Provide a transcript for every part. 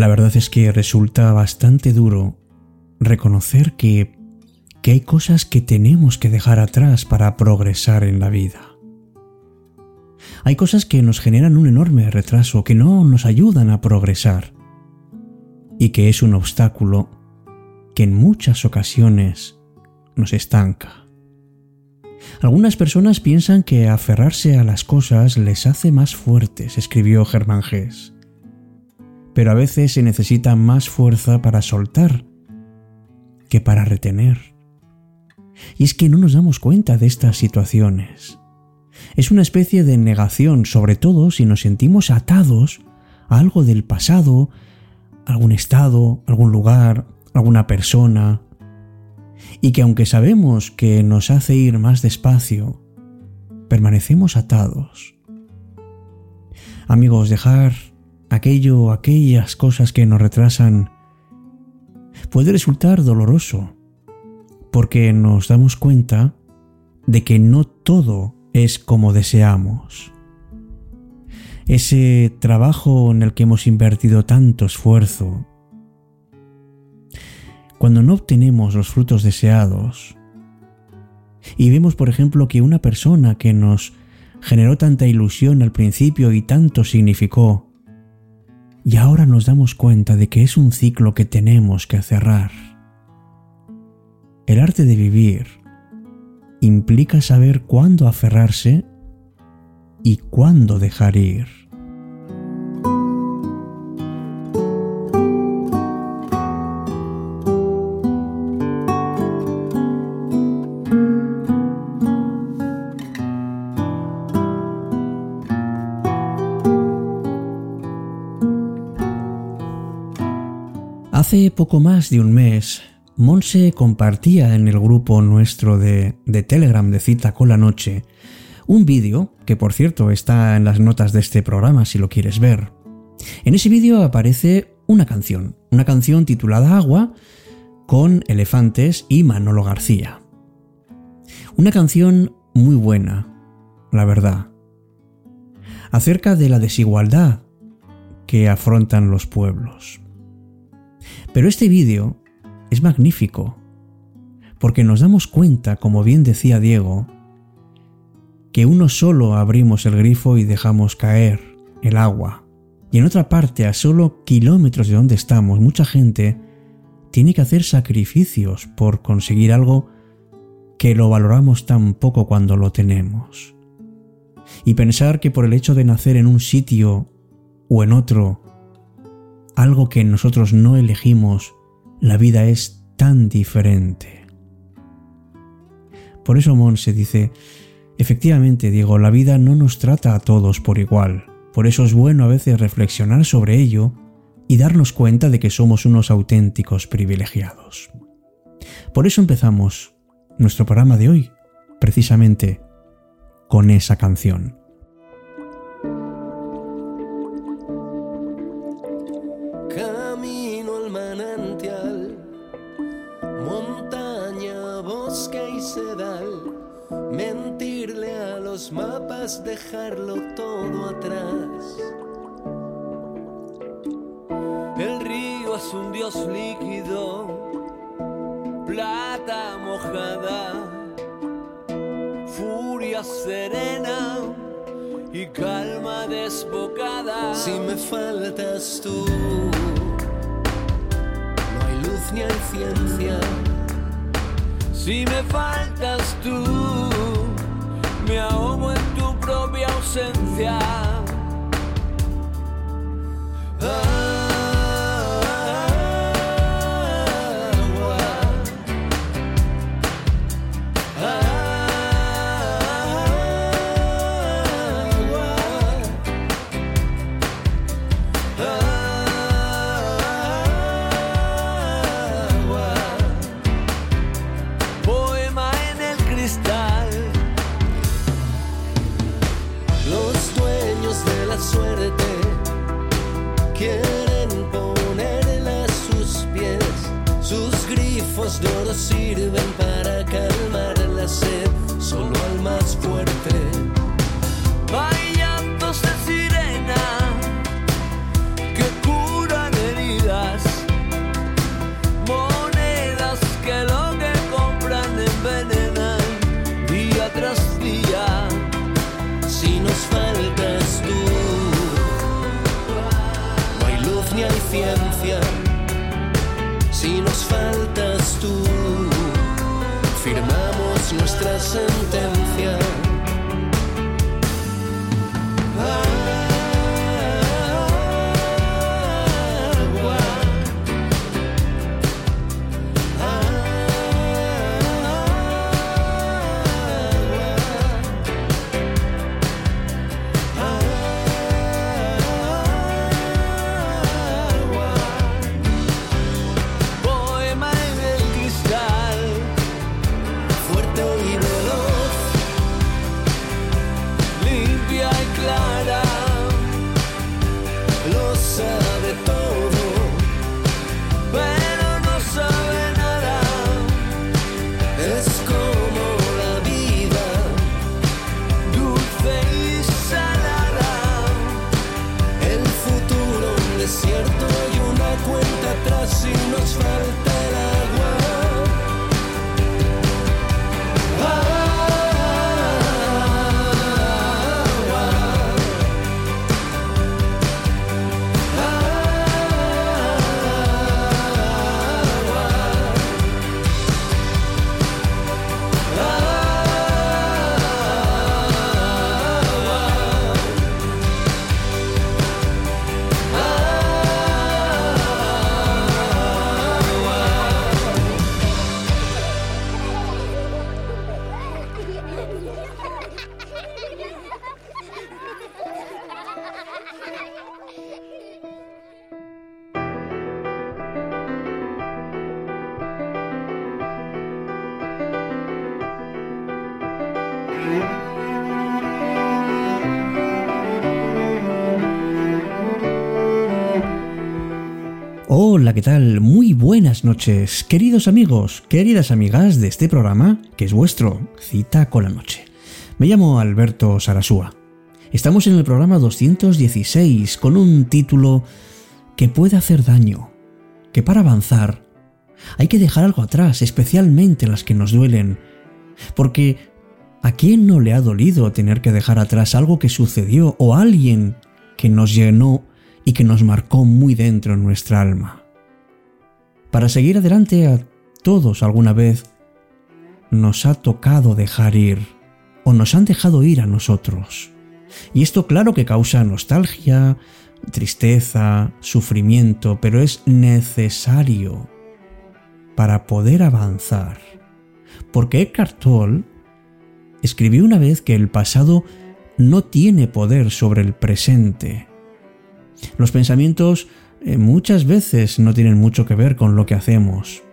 La verdad es que resulta bastante duro reconocer que hay cosas que tenemos que dejar atrás para progresar en la vida. Hay cosas que nos generan un enorme retraso, que no nos ayudan a progresar y que es un obstáculo que en muchas ocasiones nos estanca. Algunas personas piensan que aferrarse a las cosas les hace más fuertes, escribió Germán Hesse. Pero a veces se necesita más fuerza para soltar que para retener. Y es que no nos damos cuenta de estas situaciones. Es una especie de negación, sobre todo si nos sentimos atados a algo del pasado, algún estado, algún lugar, alguna persona, y que aunque sabemos que nos hace ir más despacio, permanecemos atados. Amigos, dejar aquellas cosas que nos retrasan puede resultar doloroso, porque nos damos cuenta de que no todo es como deseamos. Ese trabajo en el que hemos invertido tanto esfuerzo, cuando no obtenemos los frutos deseados y vemos, por ejemplo, que una persona que nos generó tanta ilusión al principio y tanto significó, y ahora nos damos cuenta de que es un ciclo que tenemos que cerrar. El arte de vivir implica saber cuándo aferrarse y cuándo dejar ir. Hace poco más de un mes, Monse compartía en el grupo nuestro de Telegram de Cita con la Noche un vídeo, que por cierto está en las notas de este programa si lo quieres ver. En ese vídeo aparece una canción titulada Agua, con Elefantes y Manolo García. Una canción muy buena, la verdad, acerca de la desigualdad que afrontan los pueblos. Pero este vídeo es magnífico, porque nos damos cuenta, como bien decía Diego, que uno solo abrimos el grifo y dejamos caer el agua. Y en otra parte, a solo kilómetros de donde estamos, mucha gente tiene que hacer sacrificios por conseguir algo que lo valoramos tan poco cuando lo tenemos. Y pensar que por el hecho de nacer en un sitio o en otro, algo que nosotros no elegimos, la vida es tan diferente. Por eso Monse dice, efectivamente, Diego, la vida no nos trata a todos por igual. Por eso es bueno a veces reflexionar sobre ello y darnos cuenta de que somos unos auténticos privilegiados. Por eso empezamos nuestro programa de hoy, precisamente con esa canción. Camino al manantial, montaña, bosque y sedal, mentirle a los mapas, dejarlo todo atrás. El río es un dios líquido, plata mojada, furia serena y calma desbocada. Si me faltas tú, no hay luz ni hay ciencia. Si me faltas tú, me ahogo en tu propia ausencia. De oro sirven para calmar la sed, solo al más fuerte. Hay llantos de sirena que curan heridas. ni hay ciencia. Si nos faltas tú, firmamos nuestra sentencia. Hola, ¿qué tal? Muy buenas noches, queridos amigos, queridas amigas de este programa, que es vuestro, Cita con la Noche. Me llamo Alberto Sarasúa. Estamos en el programa 216 con un título que puede hacer daño, que para avanzar hay que dejar algo atrás, especialmente las que nos duelen, porque ¿a quién no le ha dolido tener que dejar atrás algo que sucedió o alguien que nos llenó y que nos marcó muy dentro en nuestra alma? Para seguir adelante, a todos alguna vez nos ha tocado dejar ir o nos han dejado ir a nosotros. Y esto claro que causa nostalgia, tristeza, sufrimiento, pero es necesario para poder avanzar. Porque Eckhart Tolle escribió una vez que el pasado no tiene poder sobre el presente. Los pensamientos muchas veces no tienen mucho que ver con lo que hacemos.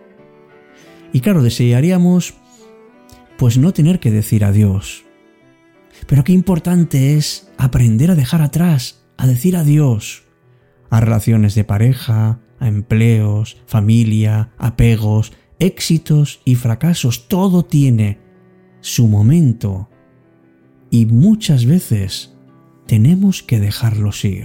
Y claro, desearíamos pues no tener que decir adiós. Pero qué importante es aprender a dejar atrás, a decir adiós a relaciones de pareja, a empleos, familia, apegos, éxitos y fracasos. Todo tiene su momento y muchas veces tenemos que dejarlos ir.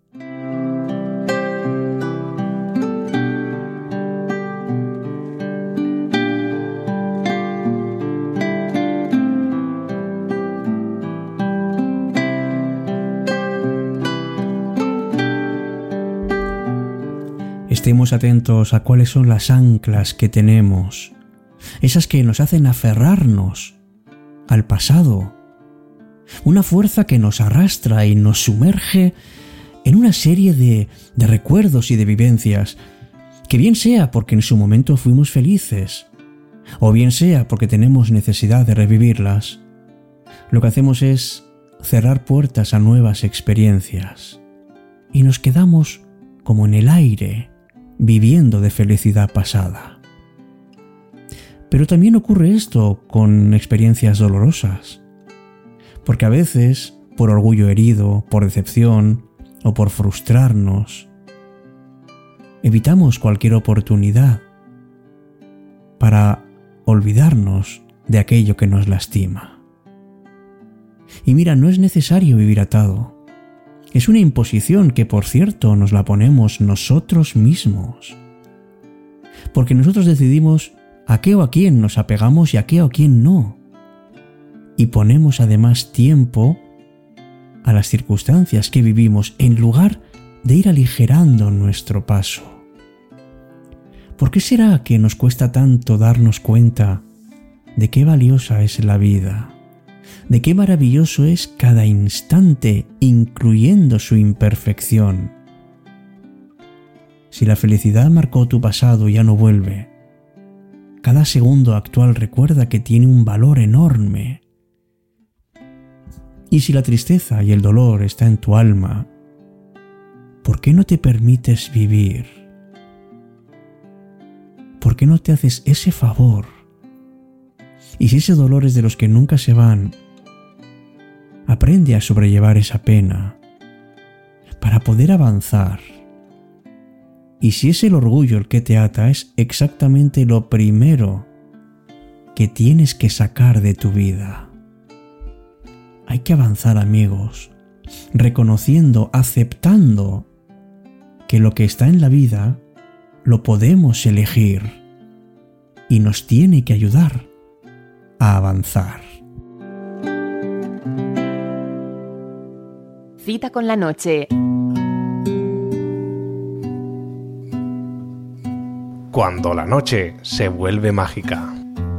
Estemos atentos a cuáles son las anclas que tenemos, esas que nos hacen aferrarnos al pasado, una fuerza que nos arrastra y nos sumerge en una serie de recuerdos y de vivencias, que bien sea porque en su momento fuimos felices, o bien sea porque tenemos necesidad de revivirlas. Lo que hacemos es cerrar puertas a nuevas experiencias y nos quedamos como en el aire, viviendo de felicidad pasada. Pero también ocurre esto con experiencias dolorosas, porque a veces, por orgullo herido, por decepción o por frustrarnos, evitamos cualquier oportunidad para olvidarnos de aquello que nos lastima. Y mira, no es necesario vivir atado. Es una imposición que, por cierto, nos la ponemos nosotros mismos. Porque nosotros decidimos a qué o a quién nos apegamos y a qué o a quién no. Y ponemos además tiempo a las circunstancias que vivimos en lugar de ir aligerando nuestro paso. ¿Por qué será que nos cuesta tanto darnos cuenta de qué valiosa es la vida, de qué maravilloso es cada instante, incluyendo su imperfección? Si la felicidad marcó tu pasado y ya no vuelve, cada segundo actual recuerda que tiene un valor enorme. Y si la tristeza y el dolor está en tu alma, ¿por qué no te permites vivir? ¿Por qué no te haces ese favor? Y si ese dolor es de los que nunca se van, aprende a sobrellevar esa pena para poder avanzar. Y si es el orgullo el que te ata, es exactamente lo primero que tienes que sacar de tu vida. Hay que avanzar, amigos, reconociendo, aceptando que lo que está en la vida lo podemos elegir y nos tiene que ayudar a avanzar. Cita con la noche. Cuando la noche se vuelve mágica.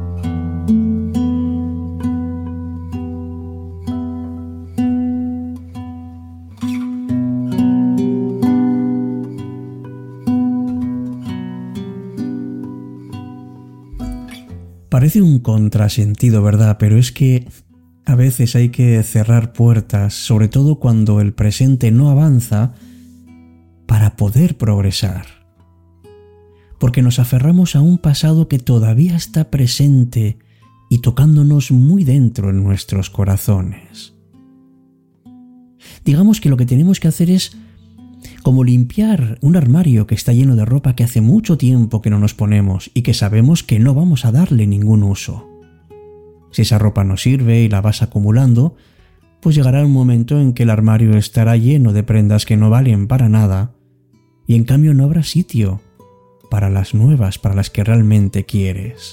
Parece un contrasentido, ¿verdad? Pero es que a veces hay que cerrar puertas, sobre todo cuando el presente no avanza, para poder progresar. Porque nos aferramos a un pasado que todavía está presente y tocándonos muy dentro en nuestros corazones. Digamos que lo que tenemos que hacer es como limpiar un armario que está lleno de ropa que hace mucho tiempo que no nos ponemos y que sabemos que no vamos a darle ningún uso. Si esa ropa no sirve y la vas acumulando, pues llegará un momento en que el armario estará lleno de prendas que no valen para nada y en cambio no habrá sitio para las nuevas, para las que realmente quieres.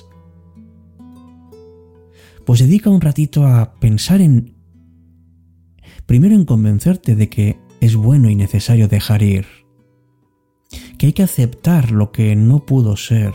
Pues dedica un ratito a pensar primero en convencerte de que es bueno y necesario dejar ir, que hay que aceptar lo que no pudo ser.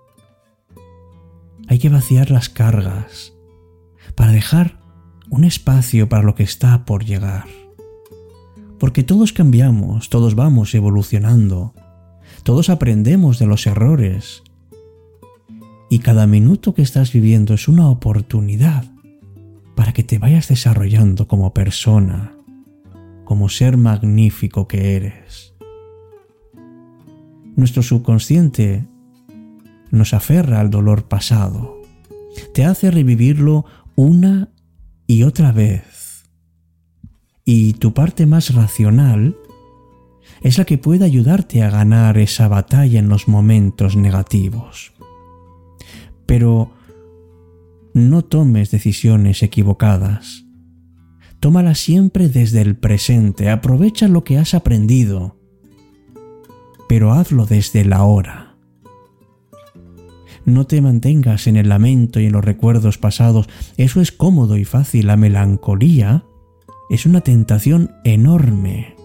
Hay que vaciar las cargas para dejar un espacio para lo que está por llegar. Porque todos cambiamos, todos vamos evolucionando, todos aprendemos de los errores. Y cada minuto que estás viviendo es una oportunidad para que te vayas desarrollando como persona, como ser magnífico que eres. Nuestro subconsciente nos aferra al dolor pasado, te hace revivirlo una y otra vez. Y tu parte más racional es la que puede ayudarte a ganar esa batalla en los momentos negativos. Pero no tomes decisiones equivocadas. Tómala siempre desde el presente, aprovecha lo que has aprendido, pero hazlo desde el ahora. No te mantengas en el lamento y en los recuerdos pasados, eso es cómodo y fácil. La melancolía es una tentación enorme.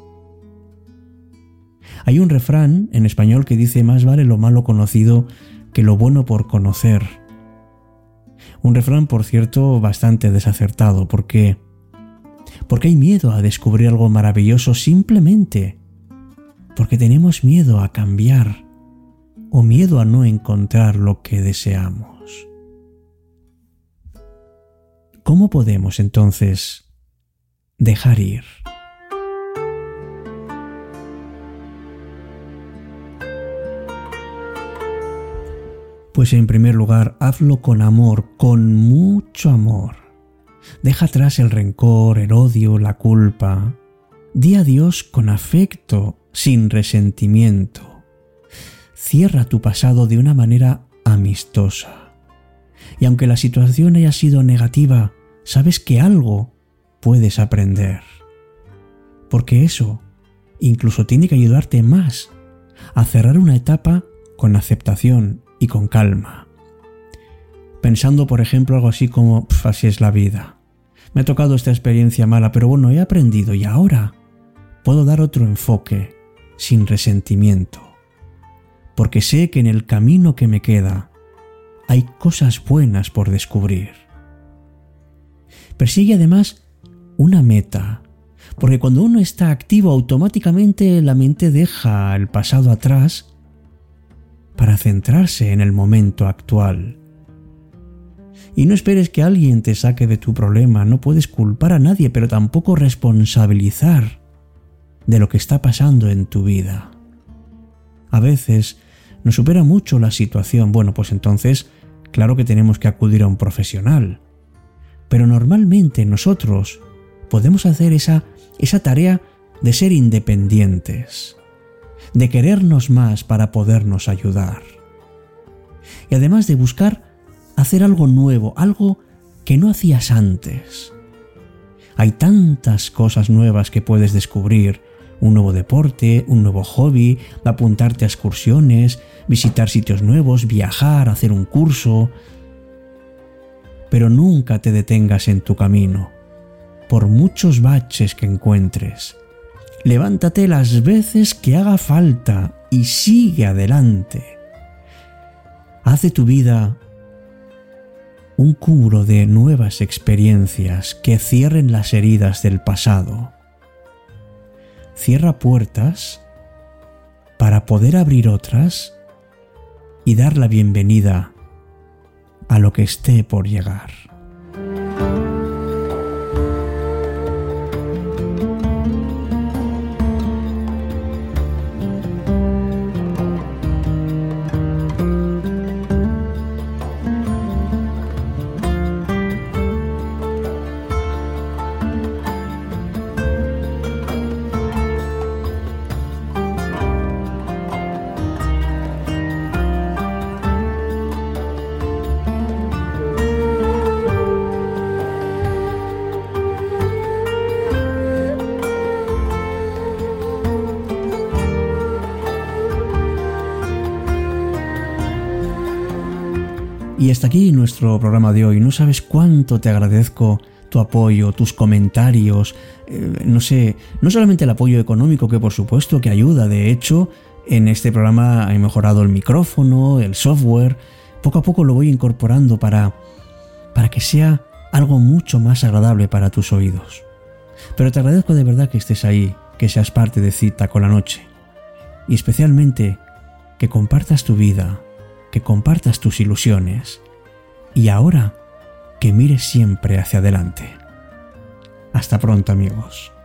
Hay un refrán en español que dice: más vale lo malo conocido que lo bueno por conocer. Un refrán, por cierto, bastante desacertado, porque hay miedo a descubrir algo maravilloso simplemente porque tenemos miedo a cambiar o miedo a no encontrar lo que deseamos. ¿Cómo podemos entonces dejar ir? Pues en primer lugar, hazlo con amor, con mucho amor. Deja atrás el rencor, el odio, la culpa. Di adiós con afecto, sin resentimiento. Cierra tu pasado de una manera amistosa. Y aunque la situación haya sido negativa, sabes que algo puedes aprender. Porque eso incluso tiene que ayudarte más a cerrar una etapa con aceptación y con calma. Pensando, por ejemplo, algo así como: así es la vida. Me ha tocado esta experiencia mala, pero bueno, he aprendido y ahora puedo dar otro enfoque sin resentimiento, porque sé que en el camino que me queda hay cosas buenas por descubrir. Persigue además una meta, porque cuando uno está activo automáticamente la mente deja el pasado atrás para centrarse en el momento actual. Y no esperes que alguien te saque de tu problema, no puedes culpar a nadie, pero tampoco responsabilizar de lo que está pasando en tu vida. A veces nos supera mucho la situación, bueno, pues entonces claro que tenemos que acudir a un profesional. Pero normalmente nosotros podemos hacer esa tarea de ser independientes, de querernos más para podernos ayudar. Y además de buscar hacer algo nuevo, algo que no hacías antes. Hay tantas cosas nuevas que puedes descubrir, un nuevo deporte, un nuevo hobby, apuntarte a excursiones, visitar sitios nuevos, viajar, hacer un curso. Pero nunca te detengas en tu camino, por muchos baches que encuentres. Levántate las veces que haga falta y sigue adelante. Haz de tu vida un cúmulo de nuevas experiencias que cierren las heridas del pasado. Cierra puertas para poder abrir otras y dar la bienvenida a lo que esté por llegar. Y hasta aquí nuestro programa de hoy. No sabes cuánto te agradezco tu apoyo, tus comentarios, no solamente el apoyo económico, que por supuesto que ayuda. De hecho, en este programa he mejorado el micrófono, el software. Poco a poco lo voy incorporando para que sea algo mucho más agradable para tus oídos. Pero te agradezco de verdad que estés ahí, que seas parte de Cita con la Noche. Y especialmente que compartas tu vida, que compartas tus ilusiones y ahora que mires siempre hacia adelante. Hasta pronto, amigos.